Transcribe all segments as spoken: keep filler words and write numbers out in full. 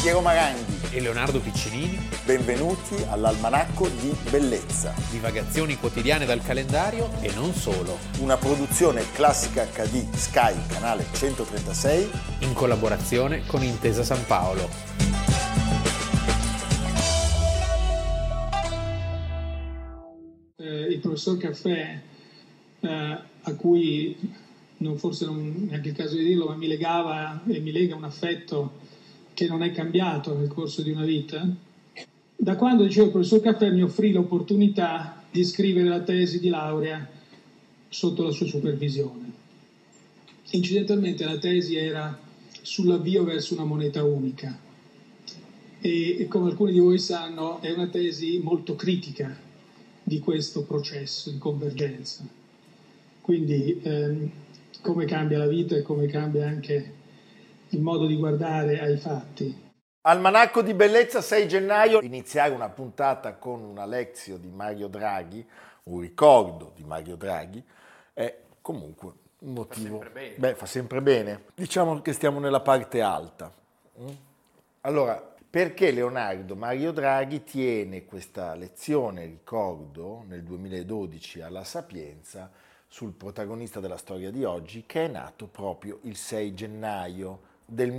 Piero Maranghi e Leonardo Piccinini. Benvenuti all'Almanacco di Bellezza. Divagazioni quotidiane dal calendario e non solo. Una produzione Classica acca di Sky, canale centotrentasei. In collaborazione con Intesa San Paolo. Eh, il professor Caffè, eh, a cui non, forse non è neanche il caso di dirlo, ma mi legava e mi lega un affetto che non è cambiato nel corso di una vita. Da quando, dicevo, il professor Caffè mi offrì l'opportunità di scrivere la tesi di laurea sotto la sua supervisione. Incidentalmente la tesi era sull'avvio verso una moneta unica e, e come alcuni di voi sanno è una tesi molto critica di questo processo di convergenza. Quindi ehm, come cambia la vita e come cambia anche il modo di guardare ai fatti. Almanacco di Bellezza, sei gennaio. Iniziare una puntata con una lezione di Mario Draghi, un ricordo di Mario Draghi, è comunque un motivo. Fa sempre bene. Beh, fa sempre bene. Diciamo che stiamo nella parte alta. Allora, perché Leonardo Mario Draghi tiene questa lezione, ricordo, nel duemiladodici alla Sapienza, sul protagonista della storia di oggi, che è nato proprio il sei gennaio del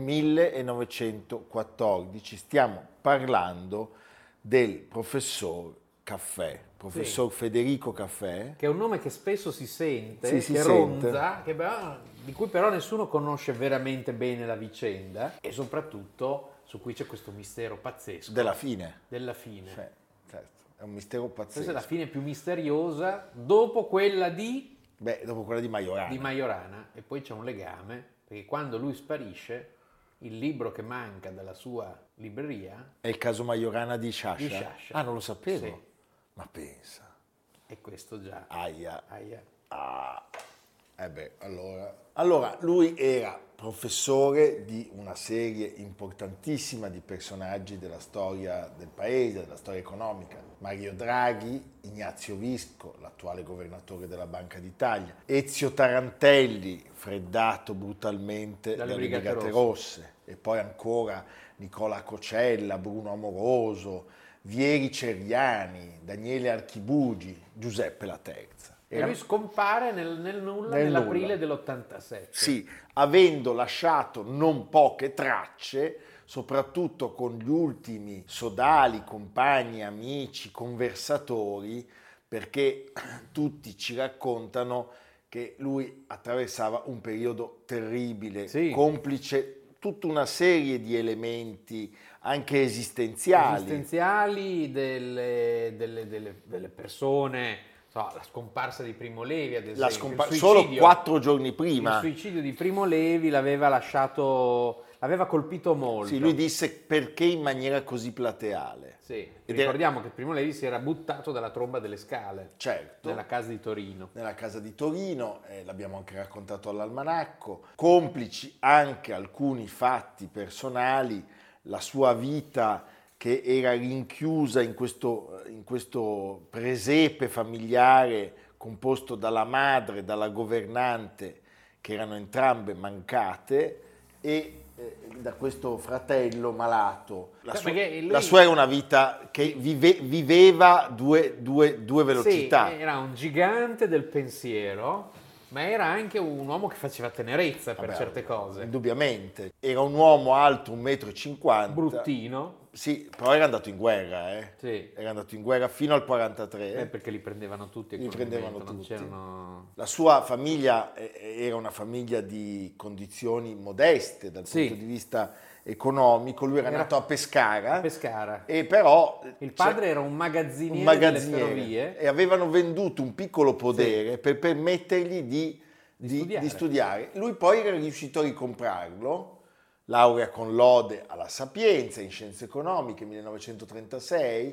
millenovecentoquattordici. Stiamo parlando del professor Caffè, professor sì. Federico Caffè. Che è un nome che spesso si sente, sì, si che sente. ronza, che, di cui però nessuno conosce veramente bene la vicenda e soprattutto su cui c'è questo mistero pazzesco. Della fine. Della fine. Sì, certo. È un mistero pazzesco. Questa è la fine più misteriosa dopo quella di... Beh, dopo quella di Majorana. Di Majorana. E poi c'è un legame, perché quando lui sparisce, il libro che manca dalla sua libreria... È il caso Majorana di Sciascia? Di Sciascia. Ah, non lo sapevo? Sì. Ma pensa. E questo già... Aia. Aia. Ah. Eh beh, allora... Allora, lui era professore di una serie importantissima di personaggi della storia del paese, della storia economica. Mario Draghi, Ignazio Visco, l'attuale governatore della Banca d'Italia, Ezio Tarantelli, freddato brutalmente dalle, dalle Brigate, Brigate Rosse. Rosse, e poi ancora Nicola Cocella, Bruno Amoroso, Vieri Ceriani, Daniele Archibugi, Giuseppe La Terza. E lui scompare nel, nel nulla nel nell'aprile nulla. dell'ottantasette. Sì, avendo lasciato non poche tracce, soprattutto con gli ultimi sodali, compagni, amici, conversatori, perché tutti ci raccontano che lui attraversava un periodo terribile, sì. complice tutta una serie di elementi anche esistenziali. Esistenziali delle, delle, delle, delle persone... So, la scomparsa di Primo Levi, ad esempio. La scompa- solo quattro giorni prima. Il suicidio di Primo Levi l'aveva lasciato, l'aveva colpito molto. Sì, lui disse perché in maniera così plateale. Sì, ricordiamo era... che Primo Levi si era buttato dalla tromba delle scale. Certo. Nella casa di Torino. Nella casa di Torino, eh, l'abbiamo anche raccontato all'Almanacco. Complici anche alcuni fatti personali, la sua vita che era rinchiusa in questo, in questo presepe familiare composto dalla madre, dalla governante, che erano entrambe mancate, e eh, da questo fratello malato. La, cioè, sua, lui... la sua era una vita che vive, viveva due, due, due velocità. Sì, era un gigante del pensiero, ma era anche un uomo che faceva tenerezza per Vabbè, certe cose. Indubbiamente. Era un uomo alto un metro e cinquanta. Bruttino. Sì, però era andato in guerra, eh. Sì. Era andato in guerra fino al quarantatré. Eh, perché li prendevano tutti. Li prendevano non tutti. C'erano... La sua famiglia era una famiglia di condizioni modeste dal sì. punto di vista economico. Lui era, era nato a Pescara. A Pescara. E però il padre era un magazziniere, un magazziniere delle ferrovie. E avevano venduto un piccolo podere sì. per permettergli di, di, di, studiare. di studiare. Lui poi era riuscito a ricomprarlo. Laurea con lode alla Sapienza in Scienze Economiche, millenovecentotrentasei,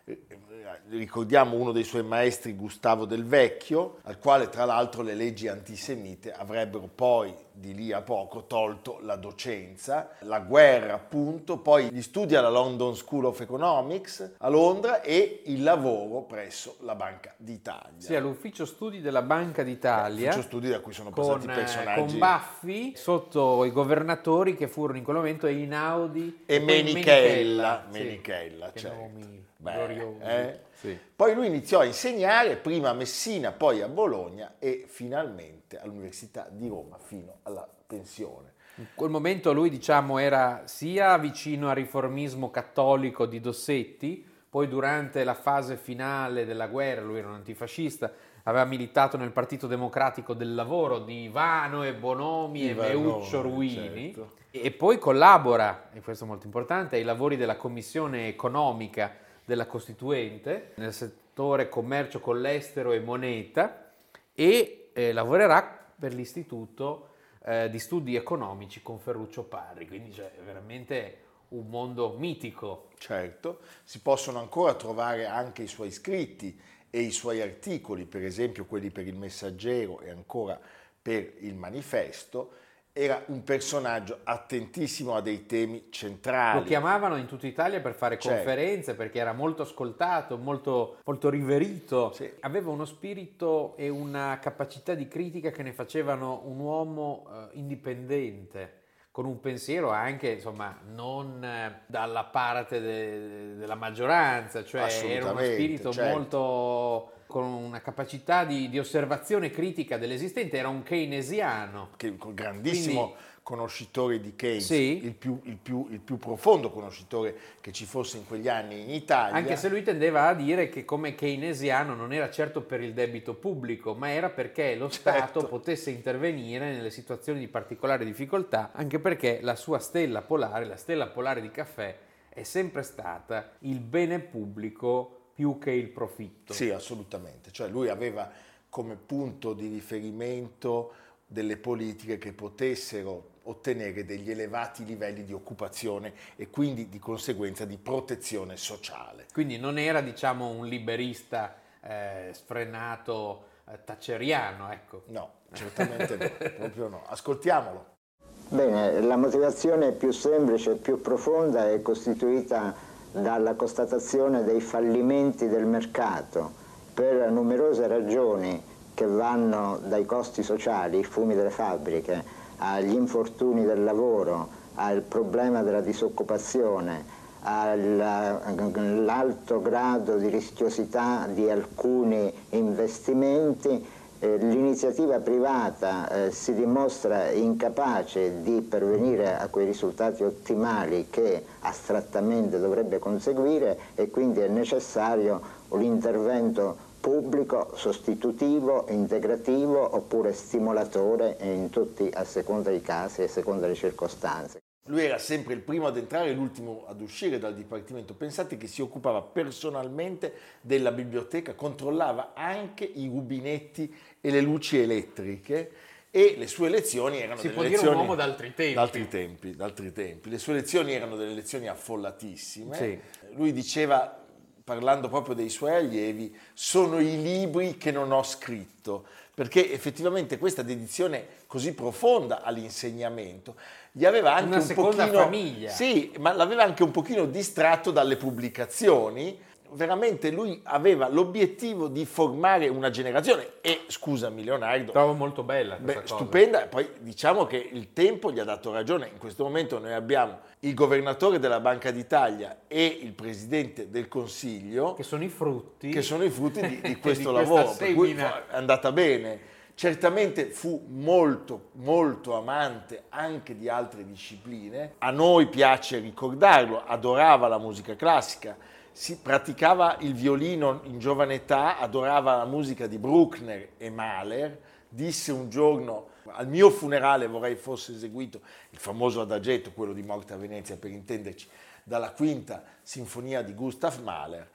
Ricordiamo uno dei suoi maestri, Gustavo Del Vecchio, al quale tra l'altro le leggi antisemite avrebbero poi di lì a poco tolto la docenza, la guerra appunto, poi gli studi alla London School of Economics a Londra e il lavoro presso la Banca d'Italia. Sì, all'ufficio studi della Banca d'Italia. Ufficio studi da cui sono con, passati personaggi. Con Baffi, sotto i governatori che furono in quel momento Einaudi e, e Menichella. Menichella, Menichella, sì, certo. Che nomi Beh, gloriosi. Eh? Sì. Poi lui iniziò a insegnare prima a Messina, poi a Bologna e finalmente all'Università di Roma fino alla pensione. In quel momento lui, diciamo, era sia vicino al riformismo cattolico di Dossetti, poi durante la fase finale della guerra, lui era un antifascista, aveva militato nel Partito Democratico del Lavoro di Ivano e Bonomi e Meuccio Ruini, certo. E poi collabora, e questo è molto importante, ai lavori della Commissione Economica della Costituente nel settore commercio con l'estero e moneta e eh, lavorerà per l'Istituto eh, di Studi Economici con Ferruccio Parri, quindi cioè, è veramente un mondo mitico. Certo, si possono ancora trovare anche i suoi scritti e i suoi articoli, per esempio quelli per il Messaggero e ancora per il Manifesto. Era un personaggio attentissimo a dei temi centrali. Lo chiamavano in tutta Italia per fare certo. conferenze perché era molto ascoltato, molto, molto riverito. Sì. Aveva uno spirito e una capacità di critica che ne facevano un uomo eh, indipendente, con un pensiero anche, insomma, non eh, dalla parte de- della maggioranza, cioè era uno spirito certo. molto... con una capacità di, di osservazione critica dell'esistente, era un keynesiano. Che, grandissimo Quindi, conoscitore di Keynes, sì. il, più, il, più, il più profondo conoscitore che ci fosse in quegli anni in Italia. Anche se lui tendeva a dire che come keynesiano non era certo per il debito pubblico, ma era perché lo Stato certo. potesse intervenire nelle situazioni di particolare difficoltà, anche perché la sua stella polare, la stella polare di Caffè, è sempre stata il bene pubblico più che il profitto. Sì, assolutamente. Cioè lui aveva come punto di riferimento delle politiche che potessero ottenere degli elevati livelli di occupazione e quindi di conseguenza di protezione sociale. Quindi non era, diciamo, un liberista eh, sfrenato eh, thatcheriano, ecco. No, certamente no, proprio no. Ascoltiamolo. Bene, la motivazione più semplice e più profonda è costituita dalla constatazione dei fallimenti del mercato per numerose ragioni che vanno dai costi sociali, i fumi delle fabbriche, agli infortuni del lavoro, al problema della disoccupazione, all'alto grado di rischiosità di alcuni investimenti. Eh, l'iniziativa privata eh, si dimostra incapace di pervenire a quei risultati ottimali che astrattamente dovrebbe conseguire e quindi è necessario l'intervento pubblico sostitutivo, integrativo oppure stimolatore in tutti a seconda dei casi e a seconda delle circostanze. Lui era sempre il primo ad entrare e l'ultimo ad uscire dal Dipartimento. Pensate che si occupava personalmente della biblioteca, controllava anche i rubinetti e le luci elettriche e le sue lezioni erano si delle può lezioni... dire un uomo d'altri tempi. D'altri tempi, d'altri tempi. Le sue lezioni erano delle lezioni affollatissime. Sì. Lui diceva, parlando proprio dei suoi allievi, sono i libri che non ho scritto, perché effettivamente questa dedizione così profonda all'insegnamento gli aveva anche una un seconda pochino, famiglia. Sì, ma l'aveva anche un pochino distratto dalle pubblicazioni. Veramente lui aveva l'obiettivo di formare una generazione e, scusami Leonardo, trovo molto bella questa beh, cosa. stupenda. Poi diciamo che il tempo gli ha dato ragione. In questo momento noi abbiamo il governatore della Banca d'Italia e il presidente del Consiglio che sono i frutti che sono i frutti di, di questo di lavoro, per cui semina. è andata bene. Certamente fu molto, molto amante anche di altre discipline. A noi piace ricordarlo, adorava la musica classica, si praticava il violino in giovane età, adorava la musica di Bruckner e Mahler. Disse un giorno: al mio funerale vorrei fosse eseguito il famoso adagietto, quello di Morte a Venezia per intenderci, dalla quinta sinfonia di Gustav Mahler.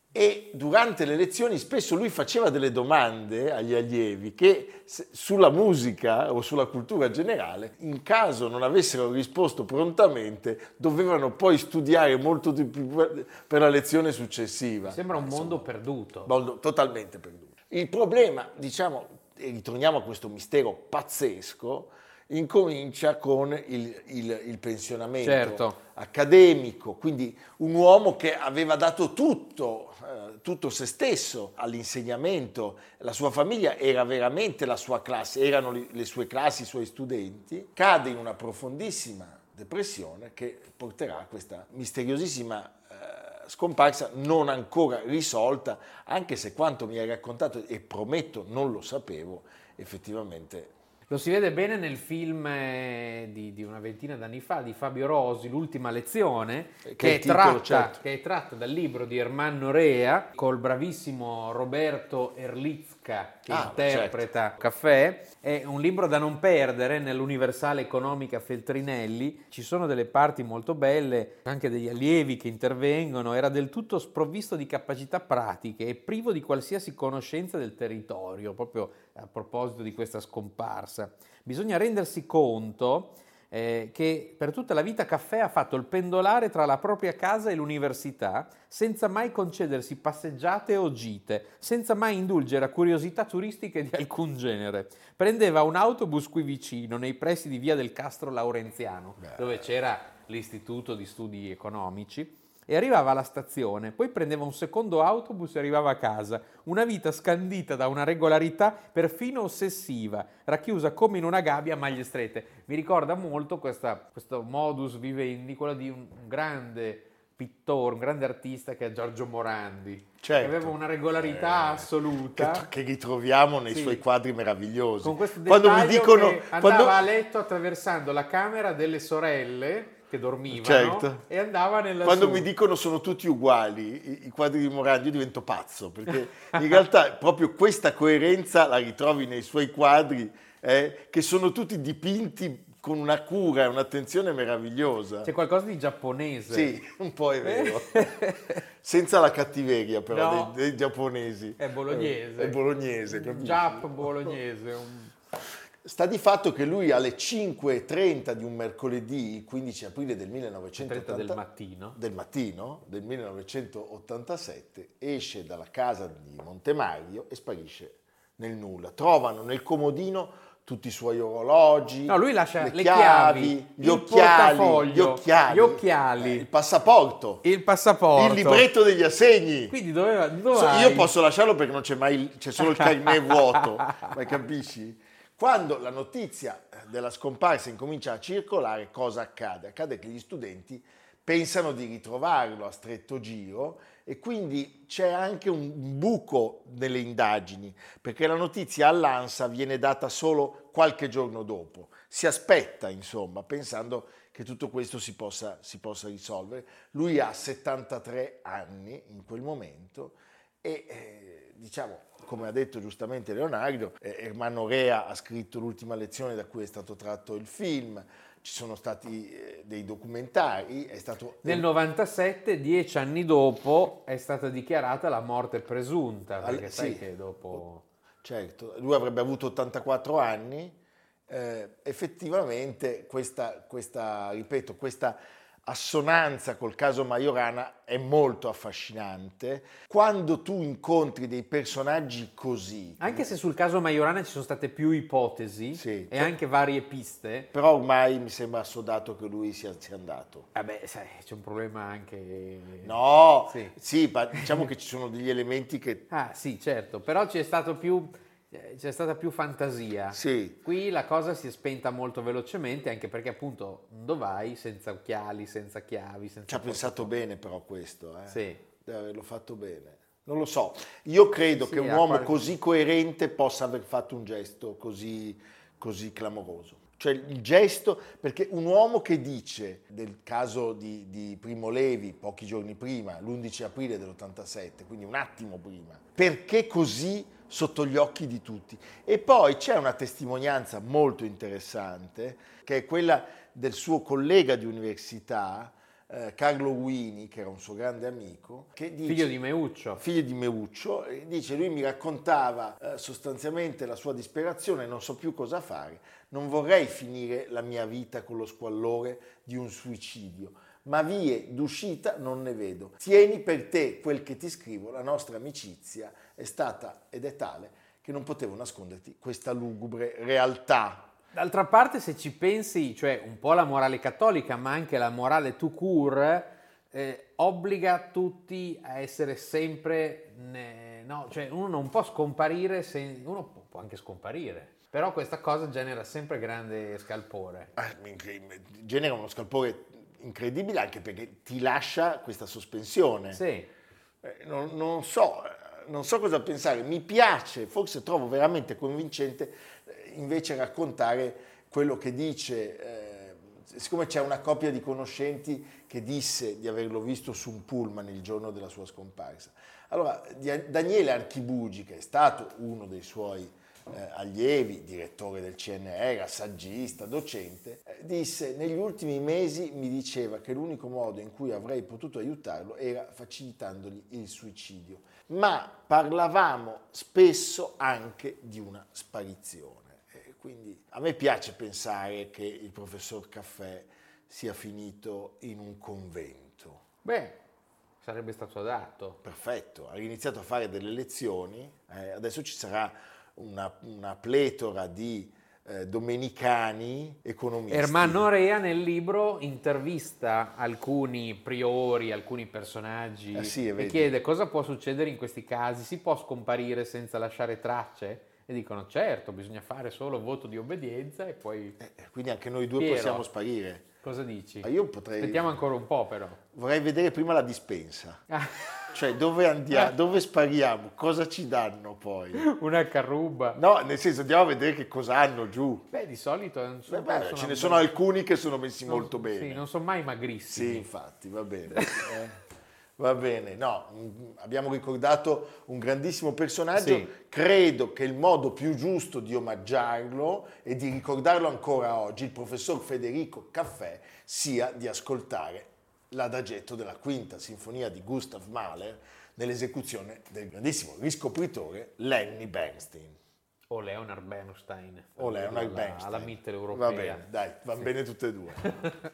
e durante le lezioni spesso lui faceva delle domande agli allievi che sulla musica o sulla cultura generale, in caso non avessero risposto prontamente, dovevano poi studiare molto di più per la lezione successiva. Sembra un Insomma, mondo perduto. Mondo totalmente perduto. Il problema, diciamo, e ritorniamo a questo mistero pazzesco, incomincia con il, il, il pensionamento certo. accademico, quindi un uomo che aveva dato tutto, eh, tutto se stesso all'insegnamento, la sua famiglia era veramente la sua classe, erano le, le sue classi, i suoi studenti, cade in una profondissima depressione che porterà a questa misteriosissima eh, scomparsa non ancora risolta, anche se quanto mi hai raccontato, e prometto non lo sapevo, effettivamente. Lo si vede bene nel film di, di una ventina d'anni fa di Fabio Rosi, L'ultima lezione, che, che, è, titolo, tratta, certo. che è tratta dal libro di Ermanno Rea, col bravissimo Roberto Erlicka che ah, interpreta certo. Caffè. È un libro da non perdere nell'Universale Economica Feltrinelli. Ci sono delle parti molto belle, anche degli allievi che intervengono. Era del tutto sprovvisto di capacità pratiche e privo di qualsiasi conoscenza del territorio, proprio a proposito di questa scomparsa. Bisogna rendersi conto eh, che per tutta la vita Caffè ha fatto il pendolare tra la propria casa e l'università, senza mai concedersi passeggiate o gite, senza mai indulgere a curiosità turistiche di alcun genere. Prendeva un autobus qui vicino, nei pressi di via del Castro Laurenziano, Beh. dove c'era l'Istituto di Studi Economici, e arrivava alla stazione, poi prendeva un secondo autobus e arrivava a casa. Una vita scandita da una regolarità perfino ossessiva, racchiusa come in una gabbia a maglie strette. Mi ricorda molto questa, questo modus vivendi, quello di un grande pittore, un grande artista che è Giorgio Morandi, certo. che aveva una regolarità eh, assoluta. Che, che ritroviamo nei sì. suoi quadri meravigliosi. Con questo quando mi dicono, che andava quando... a letto attraversando la camera delle sorelle che dormivano certo. e andava nella Quando sua. Mi dicono sono tutti uguali i, i quadri di Morandi, io divento pazzo, perché in realtà proprio questa coerenza la ritrovi nei suoi quadri, eh, che sono tutti dipinti con una cura e un'attenzione meravigliosa. C'è qualcosa di giapponese. Sì, un po' è vero. Senza la cattiveria però no, dei, dei giapponesi. È bolognese. È bolognese. Un giap bolognese. Un... Sta di fatto che lui alle cinque e trenta di un mercoledì, quindici aprile del millenovecentottanta, del mattino. del mattino del millenovecentottantasette, esce dalla casa di Montemario e sparisce nel nulla. Trovano nel comodino tutti i suoi orologi, no, lui lascia le, le chiavi, chiavi, gli, il occhiali, gli occhiali, gli occhiali, eh, il passaporto, il passaporto, il libretto degli assegni. Quindi doveva, dove so, hai? Io posso lasciarlo perché non c'è mai, c'è solo il carnet vuoto, ma capisci? Quando la notizia della scomparsa incomincia a circolare, cosa accade? Accade che gli studenti pensano di ritrovarlo a stretto giro e quindi c'è anche un buco nelle indagini, perché la notizia all'ANSA viene data solo qualche giorno dopo. Si aspetta, insomma, pensando che tutto questo si possa, si possa risolvere. Lui ha settantatré anni in quel momento e, eh, diciamo, come ha detto giustamente Leonardo, eh, Ermanno Rea ha scritto L'ultima lezione da cui è stato tratto il film, ci sono stati eh, dei documentari, è stato... Nel novantasette, dieci anni dopo, è stata dichiarata la morte presunta, perché All, sai sì, che dopo... Certo, lui avrebbe avuto ottantaquattro anni, eh, effettivamente questa, questa, ripeto, questa assonanza col caso Majorana è molto affascinante. Quando tu incontri dei personaggi così... Anche se sul caso Majorana ci sono state più ipotesi sì, e anche varie piste. Però ormai mi sembra assodato che lui sia, sia andato. Vabbè, sai, c'è un problema anche... No, sì, sì ma diciamo che ci sono degli elementi che... Ah sì, certo, però c'è stato più... c'è stata più fantasia. Sì. Qui la cosa si è spenta molto velocemente, anche perché appunto dove vai senza occhiali, senza chiavi, senza... Ci ha pensato bene però questo, eh? Sì. Deve averlo fatto bene. Non lo so. Io credo sì, che un uomo qualche... così coerente possa aver fatto un gesto così, così clamoroso. Cioè il gesto, perché un uomo che dice, del caso di, di Primo Levi, pochi giorni prima, l'undici aprile dell'ottantasette, quindi un attimo prima, perché così sotto gli occhi di tutti? E poi c'è una testimonianza molto interessante, che è quella del suo collega di università, eh, Carlo Guini, che era un suo grande amico, che dice, figlio di Meuccio. Figlio di Meuccio, e dice, lui mi raccontava eh, sostanzialmente la sua disperazione, non so più cosa fare, non vorrei finire la mia vita con lo squallore di un suicidio, ma vie d'uscita non ne vedo. Tieni per te quel che ti scrivo, la nostra amicizia è stata ed è tale che non potevo nasconderti questa lugubre realtà. D'altra parte, se ci pensi, cioè un po' la morale cattolica, ma anche la morale tout court, eh, obbliga tutti a essere sempre, ne, no, cioè uno non può scomparire, se, uno può, può anche scomparire, però questa cosa genera sempre grande scalpore. Eh, genera uno scalpore incredibile anche perché ti lascia questa sospensione. Sì. Eh, non, non so, non so cosa pensare, mi piace, forse trovo veramente convincente eh, invece raccontare quello che dice, eh, siccome c'è una coppia di conoscenti che disse di averlo visto su un pullman il giorno della sua scomparsa. Allora, Daniele Archibugi, che è stato uno dei suoi Eh, allievi, direttore del C N R, saggista, docente, eh, disse: negli ultimi mesi mi diceva che l'unico modo in cui avrei potuto aiutarlo era facilitandogli il suicidio, ma parlavamo spesso anche di una sparizione. Eh, quindi a me piace pensare che il professor Caffè sia finito in un convento. Beh, sarebbe stato adatto. Perfetto, ha iniziato a fare delle lezioni, eh, adesso ci sarà Una, una pletora di eh, domenicani economisti. Ermanno Rea nel libro intervista alcuni priori, alcuni personaggi eh sì, e chiede cosa può succedere in questi casi, si può scomparire senza lasciare tracce? E dicono certo, bisogna fare solo voto di obbedienza e poi... Eh, quindi anche noi due Piero, possiamo sparire. Cosa dici? Ma io potrei... Aspettiamo ancora un po' però. Vorrei vedere prima la dispensa. Cioè dove andiamo, dove spariamo, cosa ci danno poi? Una carruba. No, nel senso andiamo a vedere che cosa hanno giù. Beh, di solito non sono, Beh, beh, sono ce ne sono alcuni che sono messi non, molto bene. Sì, non sono mai magrissimi. Sì, infatti, va bene. eh. Va bene, no, abbiamo ricordato un grandissimo personaggio, Sì. Credo che il modo più giusto di omaggiarlo e di ricordarlo ancora oggi, il professor Federico Caffè, sia di ascoltare l'adagetto della quinta sinfonia di Gustav Mahler nell'esecuzione del grandissimo riscopritore Lenny Bernstein. O Leonard Bernstein. O Leonard alla, Bernstein. Alla mitteleuropea. Va bene, dai, va Sì. bene tutte e due.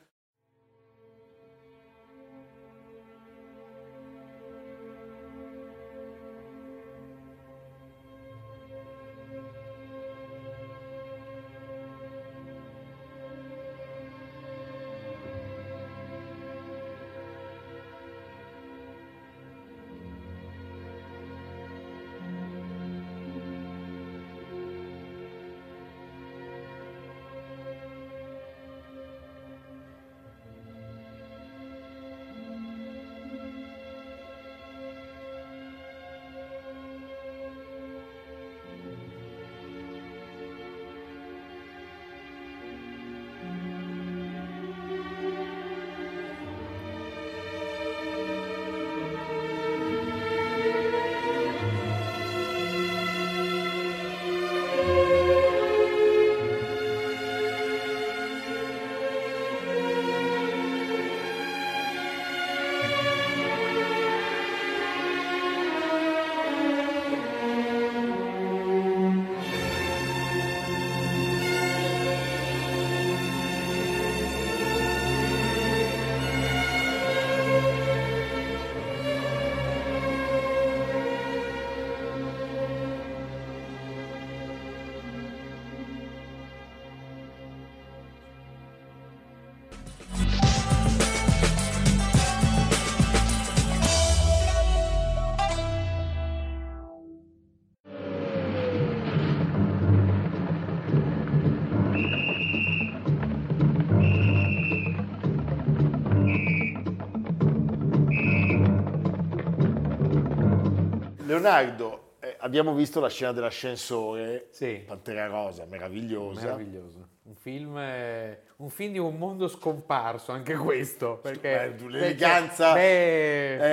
Leonardo, eh, abbiamo visto la scena dell'ascensore, Sì. Pantera Rosa, meravigliosa. Meraviglioso. Un film, eh, un film di un mondo scomparso, anche questo. Perché Beh, l'eleganza. beh, Eh,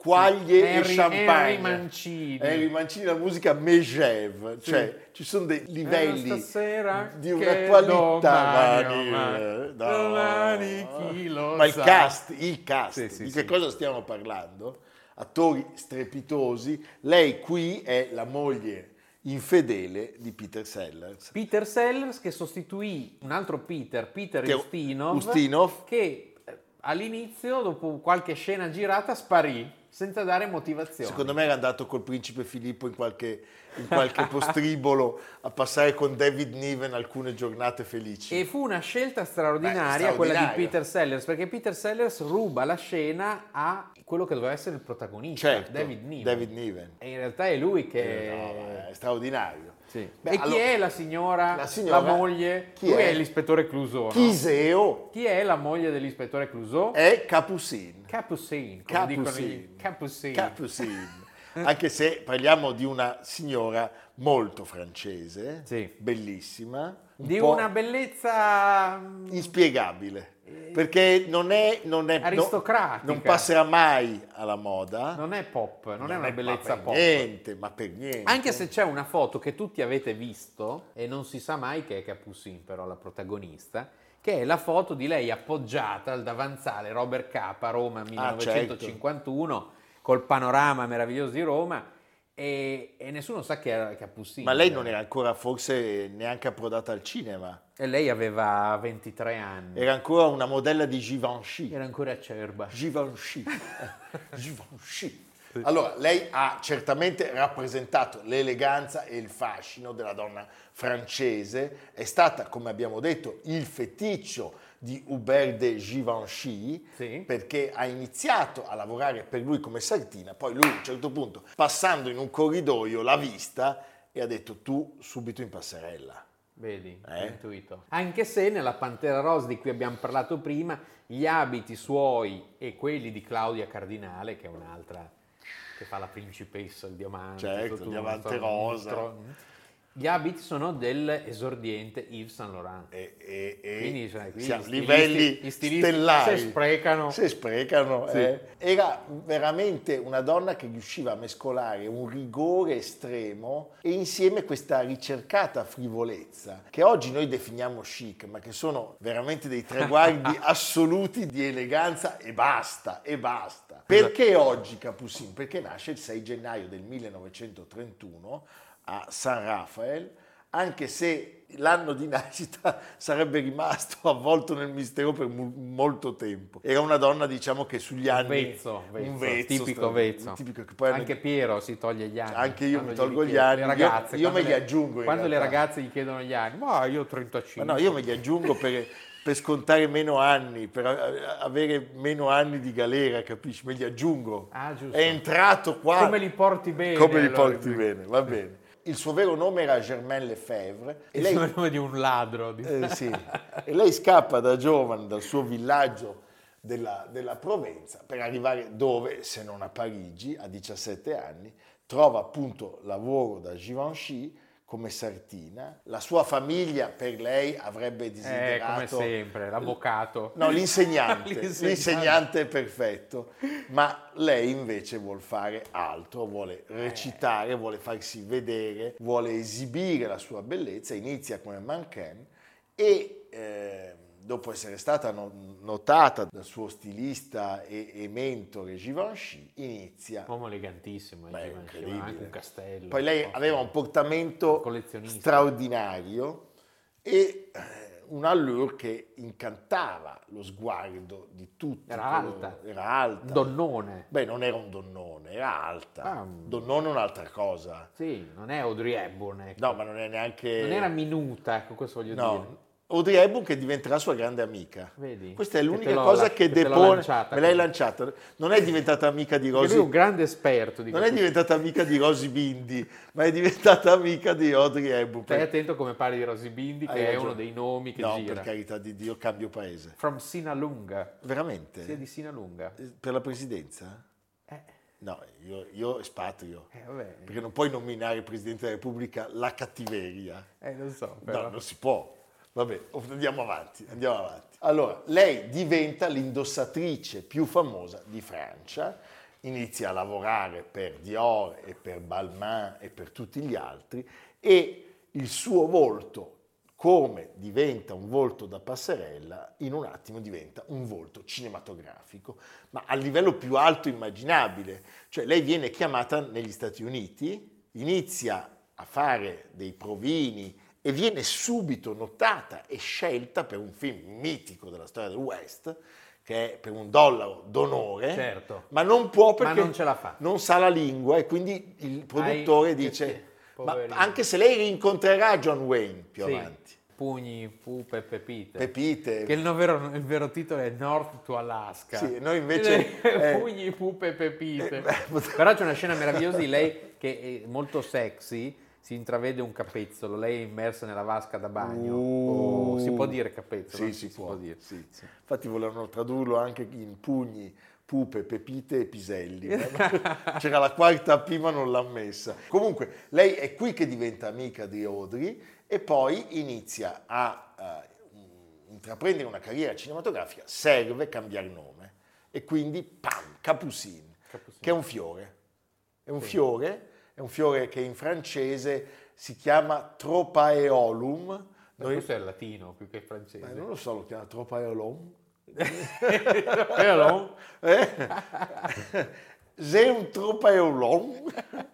quaglie Henry, e champagne. Henry Mancini. Henry Mancini, la musica Megève, Sì. cioè ci sono dei livelli Stasera di una che qualità. domani, ma- ma- no. domani chi lo Ma il sa. cast, il cast, Sì, sì, di sì. che cosa stiamo parlando? Attori strepitosi. Lei qui è la moglie infedele di Peter Sellers. Peter Sellers che sostituì un altro Peter, Peter Che- Ustinov, Ustinov. che eh, all'inizio, dopo qualche scena girata, sparì senza dare motivazioni. Secondo me era andato col principe Filippo in qualche, in qualche postribolo a passare con David Niven alcune giornate felici. E fu una scelta straordinaria, Beh, quella di straordinaria. Peter Sellers, perché Peter Sellers ruba la scena a quello che doveva essere il protagonista, Certo, David Niven. David Niven. E in realtà è lui che... Eh, no, è straordinario. Sì. Beh, e chi allora- è la signora, La signora- la moglie? chi Lui è? è, l'ispettore Clouseau, no? Chiseo Chi è la moglie dell'ispettore Clouseau? è Capucine. Capucine, come dicono Capucine. i Capucine. Capucine. Anche se parliamo di una signora molto francese, Sì. bellissima, un Di po' una bellezza mm, inspiegabile, perché non è, non è no- aristocratica. non passerà mai alla moda. non è pop, non, è una ma bellezza per pop. niente, ma per niente. Anche se c'è una foto che tutti avete visto, e non si sa mai che è Capucine però la protagonista, che è la foto di lei appoggiata al davanzale Robert Capa, Roma millenovecentocinquantuno, col panorama meraviglioso di Roma, e, e nessuno sa che era Capucine. Ma lei non era ancora forse neanche approdata al cinema, E lei aveva ventitré anni, era ancora una modella di Givenchy. era ancora acerba. Givenchy. Givenchy. Allora, lei ha certamente rappresentato l'eleganza e il fascino della donna francese, è stata, come abbiamo detto, il feticcio di Hubert de Givenchy, Sì. perché ha iniziato a lavorare per lui come sartina, poi lui a un certo punto, passando in un corridoio, l'ha vista e ha detto tu subito in passerella. Vedi, Eh? ho intuito. Anche se nella Pantera Rosa di cui abbiamo parlato prima, gli abiti suoi e quelli di Claudia Cardinale, che è un'altra che fa la principessa, il diamante, Certo, tutto il un diamante tro- rosa. un tro- Gli abiti sono dell'esordiente Yves Saint Laurent. E, e, e Quindi, cioè, qui siamo gli a stilisti- livelli gli stilisti stellari. si sprecano. Si sprecano, Sì. eh. Era veramente una donna che riusciva a mescolare un rigore estremo e insieme questa ricercata frivolezza che oggi noi definiamo chic, ma che sono veramente dei traguardi assoluti di eleganza e basta, e basta. Perché oggi Capucine? Perché nasce il sei gennaio del millenovecentotrentuno a San Rafael, anche se l'anno di nascita sarebbe rimasto avvolto nel mistero per mo- molto tempo. Era una donna, diciamo, che sugli anni... Vezzo, vezzo, un vezzo, tipico stra- vezzo. tipico che poi Anche Piero si toglie gli anni. Anche io Quando mi gli tolgo gli richiedono- anni. Le ragazze, Io- io quando me li le- aggiungo in Quando le realtà. ragazze gli chiedono gli anni, ma io ho trentacinque. Ma no, io me li aggiungo per, per scontare meno anni, per a- avere meno anni di galera, capisci? Me li aggiungo. Ah, giusto. È entrato qua. Come li porti bene. Come li allora, porti bene, va bene. Il suo vero nome era Germaine Lefebvre. E Il lei, nome di un ladro. di- eh, sì. E lei scappa da giovane dal suo villaggio della, della Provenza per arrivare dove, se non a Parigi, a diciassette anni, trova appunto lavoro da Givenchy come sartina. La sua famiglia per lei avrebbe Eh, desiderato... come sempre, l'avvocato. No, l'insegnante, L'insegnante. l'insegnante è perfetto, ma lei invece vuole fare altro, vuole recitare, vuole farsi vedere, vuole esibire la sua bellezza, inizia come mannequin e eh, dopo essere stata no- notata dal suo stilista e, e mentore Givenchy, inizia... Uomo elegantissimo, eh, Beh, Givenchy, incredibile. aveva anche un castello. Poi lei aveva un portamento Collezionista. straordinario e eh, un allure che incantava lo sguardo di tutti. Era alta. Era alta. Un donnone. Beh, non era un donnone, era alta. Ah, Donnone è un'altra cosa. Sì, non è Audrey Hepburn, ecco. No, ma non è neanche... Non era minuta, ecco, questo voglio dire. No. Audrey Hepburn che diventerà sua grande amica. Vedi? Questa è Che l'unica te l'ho cosa lasci- che che te l'ho depone. lanciata Me l'hai così. lanciata. Non è diventata amica di Perché Rosy. lui è un grande esperto di Non è questo. diventata amica di Rosy Bindi, ma è diventata amica di Audrey Hepburn. Stai attento come parli di Rosy Bindi, Hai che è ragione. uno dei nomi che no, gira. per carità di Dio, cambio paese. From Sinalunga. Veramente? Sia di Sinalunga. Eh, Per la presidenza? Eh, No, io, io espatrio. eh, vabbè. Perché non puoi nominare il Presidente della Repubblica la cattiveria. Eh, lo so, però. No, non si può. Vabbè, andiamo avanti, andiamo avanti. Allora, lei diventa l'indossatrice più famosa di Francia inizia a lavorare per Dior e per Balmain e per tutti gli altri, e il suo volto, come diventa un volto da passerella, in un attimo diventa un volto cinematografico, ma a livello più alto immaginabile. Cioè lei viene chiamata negli Stati Uniti, inizia a fare dei provini e viene subito notata e scelta per un film mitico della storia del West, che è Per un dollaro d'onore, certo. ma non può perché ma non, ce la fa. non sa la lingua, e quindi il produttore Hai... dice... Ma Poverino. anche se lei rincontrerà John Wayne più sì. avanti. Pugni, pupe, pepite. Pepite. Che il vero, il vero titolo è North to Alaska. Sì, noi invece... eh, Pugni, pupe, pepite. Eh, beh, Però c'è una scena meravigliosa di lei che è molto sexy, si intravede un capezzolo, lei è immersa nella vasca da bagno. Uh, oh, si può dire capezzolo? Sì, si, si, può, può dire. sì. Sì. Infatti volevano tradurlo anche in pugni, pupe, pepite e piselli. C'era la quarta P ma non l'ha messa. Comunque lei è qui che diventa amica di Audrey e poi inizia a uh, intraprendere una carriera cinematografica. Serve cambiare nome e quindi pam, Capucine, Capucine. Che è un fiore. È un sì. fiore, è un fiore che in francese si chiama Tropaeolum. Noi... Questo è il latino più che il francese. Eh, non lo so, lo chiama Tropaeolum. Eolon. Eh? J'ai un tropaeolon.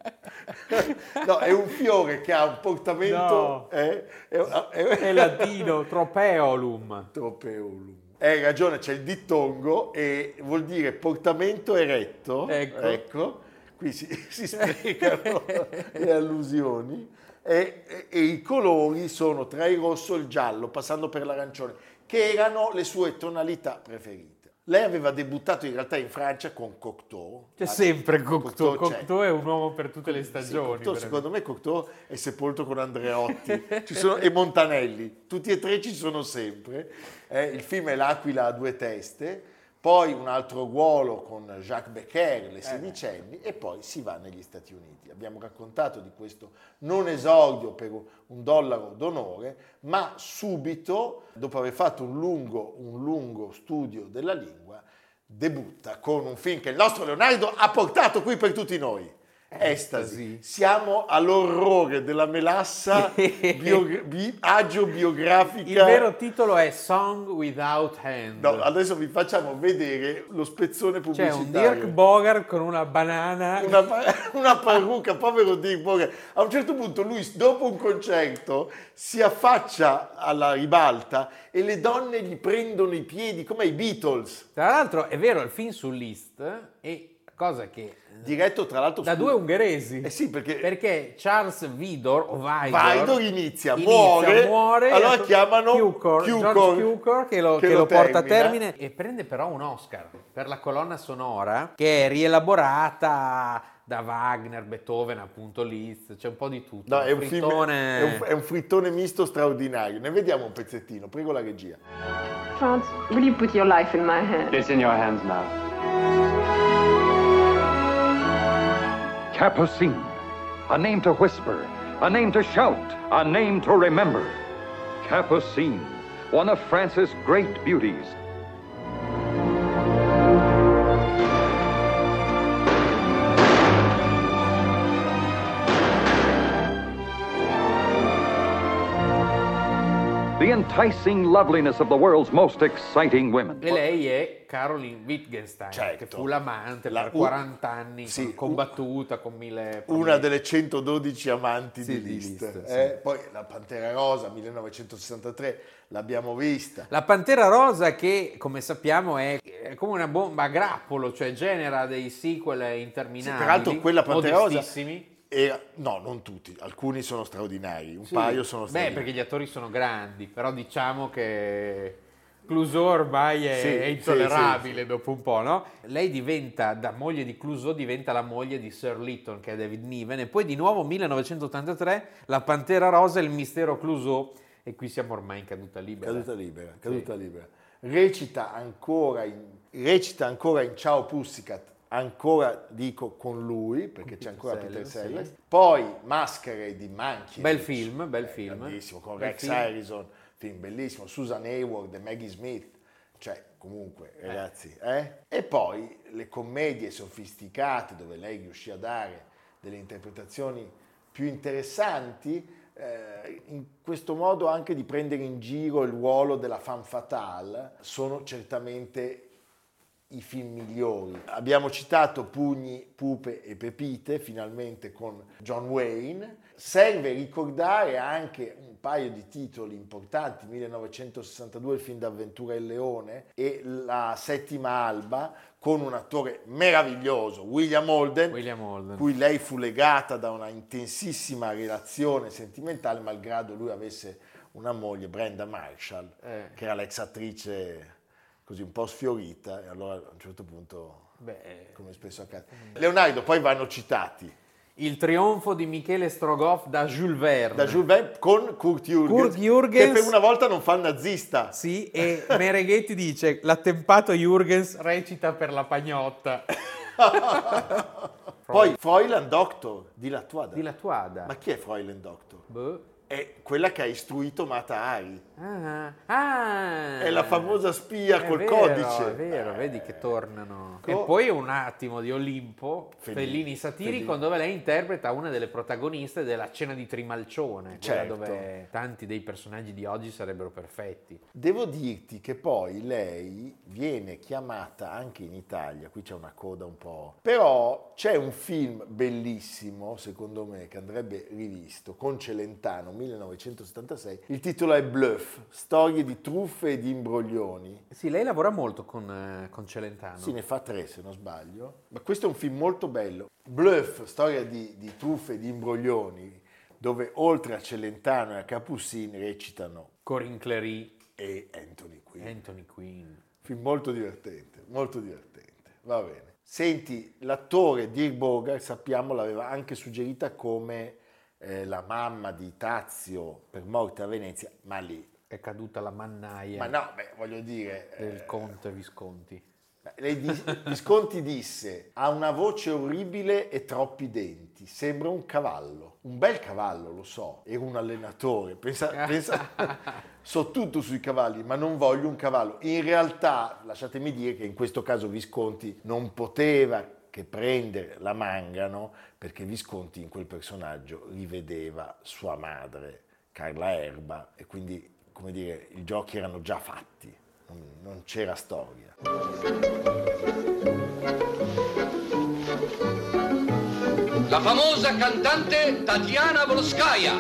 No, è un fiore che ha un portamento. No. Eh? È, è, è latino, tropeolum. Tropeolum. Hai ragione, c'è il dittongo e vuol dire portamento eretto. Ecco. Ecco. Qui si, si spiegano le allusioni. E, e, e i colori sono tra il rosso e il giallo, passando per l'arancione, che erano le sue tonalità preferite. Lei aveva debuttato in realtà in Francia con Cocteau. C'è sempre Cocteau. Cocteau, Cocteau è un uomo per tutte le stagioni. Sì, Cocteau, secondo me Cocteau è sepolto con Andreotti ci sono, e Montanelli. Tutti e tre ci sono sempre. Eh, il film è L'aquila a due teste. Poi un altro ruolo con Jacques Becker, Le sedicenni, eh. e poi si va negli Stati Uniti. Abbiamo raccontato di questo non esordio per un dollaro d'onore, ma subito, dopo aver fatto un lungo, un lungo studio della lingua, debutta con un film che il nostro Leonardo ha portato qui per tutti noi. Estasi. Siamo all'orrore della melassa bio, bi, agio-biografica. Il vero titolo è Song Without Hand. No, adesso vi facciamo vedere lo spezzone pubblicitario. C'è un Dirk Bogart con una banana. Una, una parrucca, povero Dirk Bogart. A un certo punto lui, dopo un concerto, si affaccia alla ribalta e le donne gli prendono i piedi, come ai Beatles. Tra l'altro è vero, il film su Liszt è cosa che... Diretto tra l'altro da due ungheresi. Eh sì, perché, perché Charles Vidor o Vidor, Vidor inizia, inizia muore, muore, allora chiamano Cukor, Cukor, George Cukor che lo, che che lo lo porta a termina. termine e prende però un Oscar per la colonna sonora che è rielaborata da Wagner, Beethoven, appunto Liszt, c'è un po' di tutto. No, è, un frittone... film, è, un, è un frittone misto straordinario. Ne vediamo un pezzettino, prego la regia. Franz, will you put your life in my hands? It's in your hands now. Capucine, a name to whisper, a name to shout, a name to remember. Capucine, one of France's great beauties. The enticing loveliness of the world's most exciting women. E lei è Caroline Wittgenstein, certo. che fu l'amante la, per quaranta anni, sì, combattuta con mille... Una delle centododici amanti sì, di Liszt. Liszt sì. eh, poi la Pantera Rosa, millenovecentosessantatré, l'abbiamo vista. La Pantera Rosa che, come sappiamo, è, è come una bomba a grappolo, cioè genera dei sequel interminabili. Sì, peraltro quella Pantera Rosa... E, no, non tutti, alcuni sono straordinari, un sì, paio sono straordinari. Beh, perché gli attori sono grandi, però diciamo che Clouseau ormai è, sì, è intollerabile sì, sì, dopo un po', no? Lei diventa, da moglie di Clouseau, diventa la moglie di Sir Lytton, che è David Niven, e poi di nuovo millenovecentottantatré, La Pantera Rosa e il mistero Clouseau, e qui siamo ormai in caduta libera. Caduta libera, caduta sì. libera. Recita ancora, in, recita ancora in Ciao Pussycat, ancora dico con lui perché con c'è ancora Peter Sellers, sì. Poi Maschere di Mankiewicz, bel film, bel eh, film bellissimo, con bel Rex film. Harrison, film bellissimo, Susan Hayward e Maggie Smith, Cioè, comunque, ragazzi, eh? E poi le commedie sofisticate, dove lei riuscì a dare delle interpretazioni più interessanti, eh, in questo modo anche di prendere in giro il ruolo della femme fatale, sono certamente i film migliori. Abbiamo citato Pugni, Pupe e Pepite, finalmente con John Wayne. Serve ricordare anche un paio di titoli importanti, millenovecentosessantadue il film d'avventura Il Leone e La Settima Alba, con un attore meraviglioso, William Holden, William Holden, cui lei fu legata da una intensissima relazione sentimentale, malgrado lui avesse una moglie, Brenda Marshall, eh. che era l'ex attrice così un po' sfiorita, e allora a un certo punto, Beh, come spesso accade. Leonardo, poi vanno citati. Il trionfo di Michele Strogoff da Jules Verne. Da Jules Verne con Kurt Jürgens, Kurt Jürgens, che per una volta non fa il nazista. Sì, e Mereghetti dice, l'attempato Jürgens recita per la pagnotta. Poi Fräulein Doctor di Lattuada. Di Lattuada. Ma chi è Fräulein Doctor? Boh. È quella che ha istruito Mata Hari. Ah, ah, È la famosa spia è col vero, codice. È vero, vedi che tornano. Co- E poi un attimo di Olimpo, Fellini. Fellini satirico, Fellini. dove lei interpreta una delle protagoniste della Cena di Trimalcione, quella Certo. dove tanti dei personaggi di oggi sarebbero perfetti. Devo dirti che poi lei viene chiamata anche in Italia, qui c'è una coda un po', però c'è un film bellissimo, secondo me, che andrebbe rivisto, con Celentano, millenovecentosettantasei, il titolo è Bluff, storie di truffe e di imbroglioni. Sì, lei lavora molto con, eh, con Celentano. Sì, ne fa tre se non sbaglio, ma questo è un film molto bello. Bluff, storia di, di truffe e di imbroglioni, dove oltre a Celentano e a Capuccini recitano Corinne Clery e Anthony Quinn. Anthony Quinn. Film molto divertente, molto divertente, va bene. Senti, l'attore Dirk Bogarde, sappiamo, l'aveva anche suggerita come eh, la mamma di Tazio per Morte a Venezia, ma lì... È caduta la mannaia Ma no, beh, voglio dire... del eh, conte Visconti. lei di- Visconti disse, ha una voce orribile e troppi denti, sembra un cavallo. Un bel cavallo, lo so, era un allenatore, pensa, pensa, so tutto sui cavalli, ma non voglio un cavallo. In realtà, lasciatemi dire che in questo caso Visconti non poteva che prendere la Mangano, perché Visconti in quel personaggio rivedeva sua madre, Carla Erba, e quindi, come dire, i giochi erano già fatti, non, non c'era storia. La famosa cantante Tatiana Volskaya.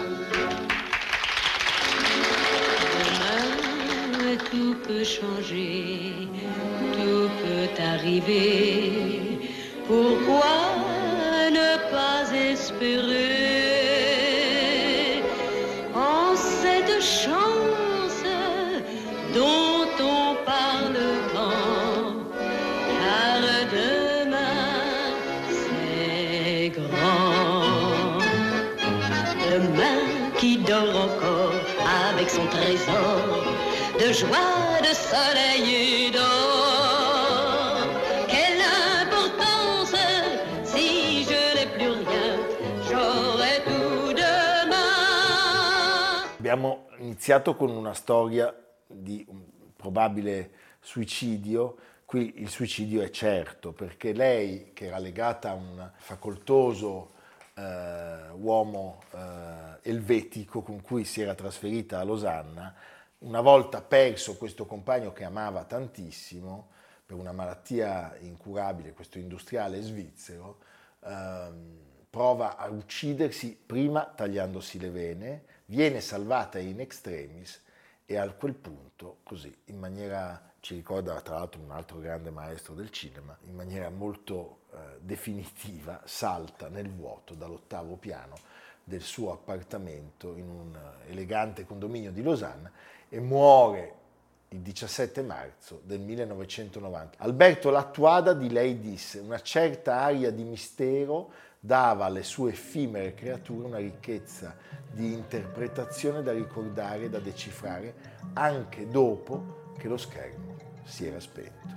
Demain, tout peut changer, tout peut arriver. Pourquoi ne pas espérer en cette chance dont on parle tant? Car demain, c'est grand. Demain qui dort encore avec son trésor de joie, de soleil et d'or. Quelle importance si je n'ai plus rien, j'aurai tout demain. Abbiamo iniziato con una storia di un probabile suicidio. Qui il suicidio è certo, perché lei, che era legata a un facoltoso eh, uomo eh, elvetico con cui si era trasferita a Losanna, una volta perso questo compagno che amava tantissimo per una malattia incurabile, questo industriale svizzero, ehm, prova a uccidersi prima tagliandosi le vene, viene salvata in extremis e a quel punto, così, in maniera, ci ricorda tra l'altro un altro grande maestro del cinema, in maniera molto eh, definitiva, salta nel vuoto dall'ottavo piano del suo appartamento in un elegante condominio di Losanna e muore il diciassette marzo del millenovecentonovanta. Alberto Lattuada di lei disse: una certa aria di mistero dava alle sue effimere creature una ricchezza di interpretazione da ricordare e da decifrare anche dopo che lo schermo si era spento.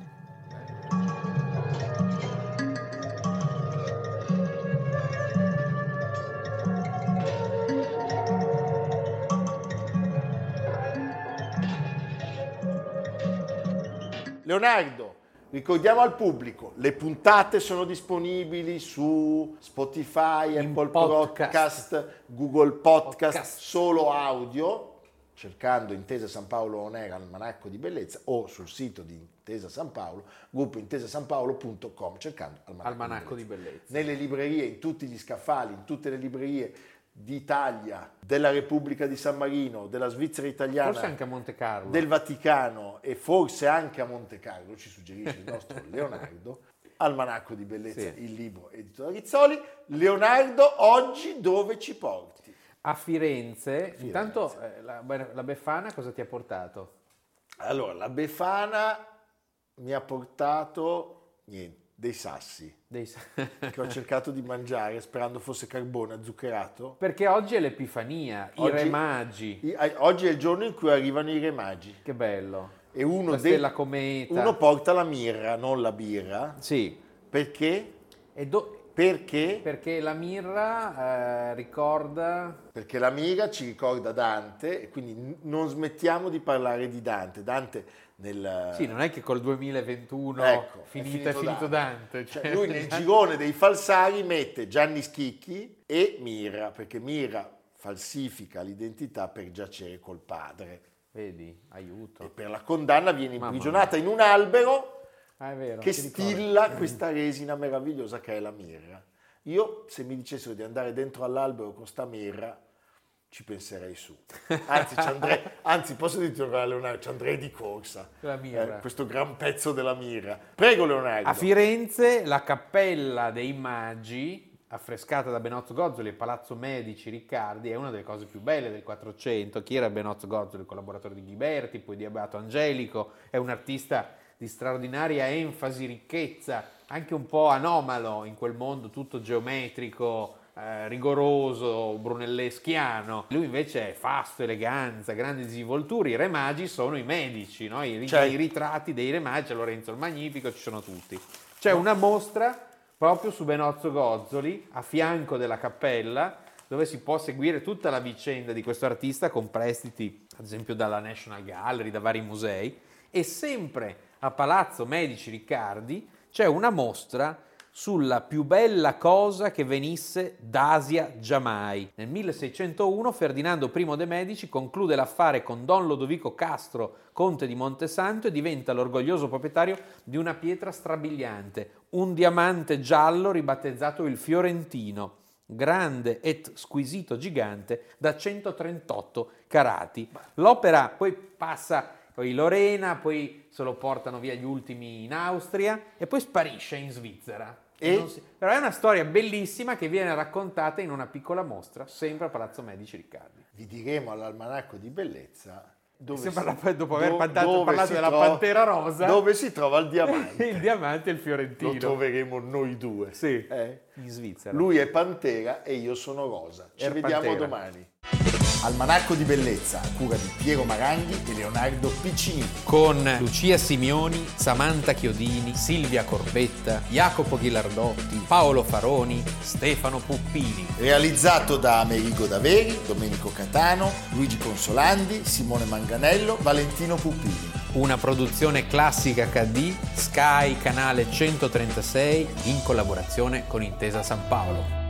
Leonardo, ricordiamo al pubblico, le puntate sono disponibili su Spotify, In Apple podcast. Podcast, Google Podcast, Podcast. solo audio, cercando Intesa San Paolo On Air Almanacco di Bellezza, o sul sito di Intesa San Paolo, gruppo intesasanpaolo punto com, cercando Almanacco, Almanacco di, di Bellezza. Bellezza. Nelle librerie, in tutti gli scaffali, in tutte le librerie d'Italia, della Repubblica di San Marino, della Svizzera italiana, Forse anche a Monte Carlo. del Vaticano e forse anche a Monte Carlo, ci suggerisce il nostro Leonardo. Almanacco di Bellezza, Sì. il libro edito da Rizzoli. Leonardo, oggi dove ci porti? A Firenze, Firenze. intanto eh, la, la Befana cosa ti ha portato? Allora, la Befana mi ha portato niente, dei sassi Dei... che ho cercato di mangiare sperando fosse carbone zuccherato. Perché oggi è l'Epifania, i Oggi- Re Magi. I- Oggi è il giorno in cui arrivano i Re Magi. Che bello. E uno, La dei- Stella Cometa. uno porta la mirra, non la birra. Sì. Perché? E do- Perché? Perché la mirra eh, ricorda... Perché la mirra ci ricorda Dante e quindi n- non smettiamo di parlare di Dante. Dante nel... Sì, non è che col duemilaventuno Ecco, finita, è finito Dante. Cioè, cioè- lui nel girone dei falsari mette Gianni Schicchi e Mirra, perché Mirra falsifica l'identità per giacere col padre. Vedi, aiuto. E per la condanna viene Mamma imprigionata in un albero Ah, è vero. che ti ricordo. stilla questa resina meravigliosa che è la mirra. Io, se mi dicessero di andare dentro all'albero con sta mirra, ci penserei su. Anzi, ci andrei, anzi posso dirti, Leonardo, ci andrei di corsa. La mirra. Eh, questo gran pezzo della mirra. Prego, Leonardo. A Firenze la Cappella dei Magi, affrescata da Benozzo Gozzoli e Palazzo Medici Riccardi, è una delle cose più belle del Quattrocento. Chi era Benozzo Gozzoli? Collaboratore di Ghiberti, poi di Beato Angelico, è un artista di straordinaria enfasi, ricchezza, anche un po' anomalo in quel mondo tutto geometrico, eh, rigoroso, brunelleschiano. Lui invece è fasto, eleganza, grandi disinvolture. I Re Magi sono i medici, no? I, Cioè- i ritratti dei Re Magi, c'è Lorenzo il Magnifico, ci sono tutti. C'è una mostra proprio su Benozzo Gozzoli, a fianco della cappella, dove si può seguire tutta la vicenda di questo artista con prestiti, ad esempio dalla National Gallery, da vari musei, e sempre a Palazzo Medici Riccardi c'è una mostra sulla più bella cosa che venisse d'Asia giammai. Nel milleseicentouno Ferdinando I de' Medici conclude l'affare con Don Lodovico Castro, conte di Montesanto, e diventa l'orgoglioso proprietario di una pietra strabiliante, un diamante giallo ribattezzato il Fiorentino, grande et squisito gigante da centotrentotto carati. L'opera poi passa poi Lorena, poi se lo portano via gli ultimi in Austria e poi sparisce in Svizzera. E? Non si- Però è una storia bellissima che viene raccontata in una piccola mostra, sempre a Palazzo Medici Riccardi. Vi diremo all'Almanacco di Bellezza dove Sembra si- dopo aver do- parlato- dove parlato si della trova- Pantera Rosa. dove si trova il diamante. Il diamante e il Fiorentino. Lo troveremo noi due. Sì, Eh? in Svizzera. Lui è Pantera e io sono Rosa. Ci Er vediamo Pantera. domani. Almanacco di Bellezza, a cura di Piero Maranghi e Leonardo Piccini. Con Lucia Simioni, Samantha Chiodini, Silvia Corbetta, Jacopo Ghilardotti, Paolo Faroni, Stefano Puppini. Realizzato da Amerigo Daveri, Domenico Catano, Luigi Consolandi, Simone Manganello, Valentino Puppini. Una produzione classica acca di Sky Canale centotrentasei in collaborazione con Intesa San Paolo.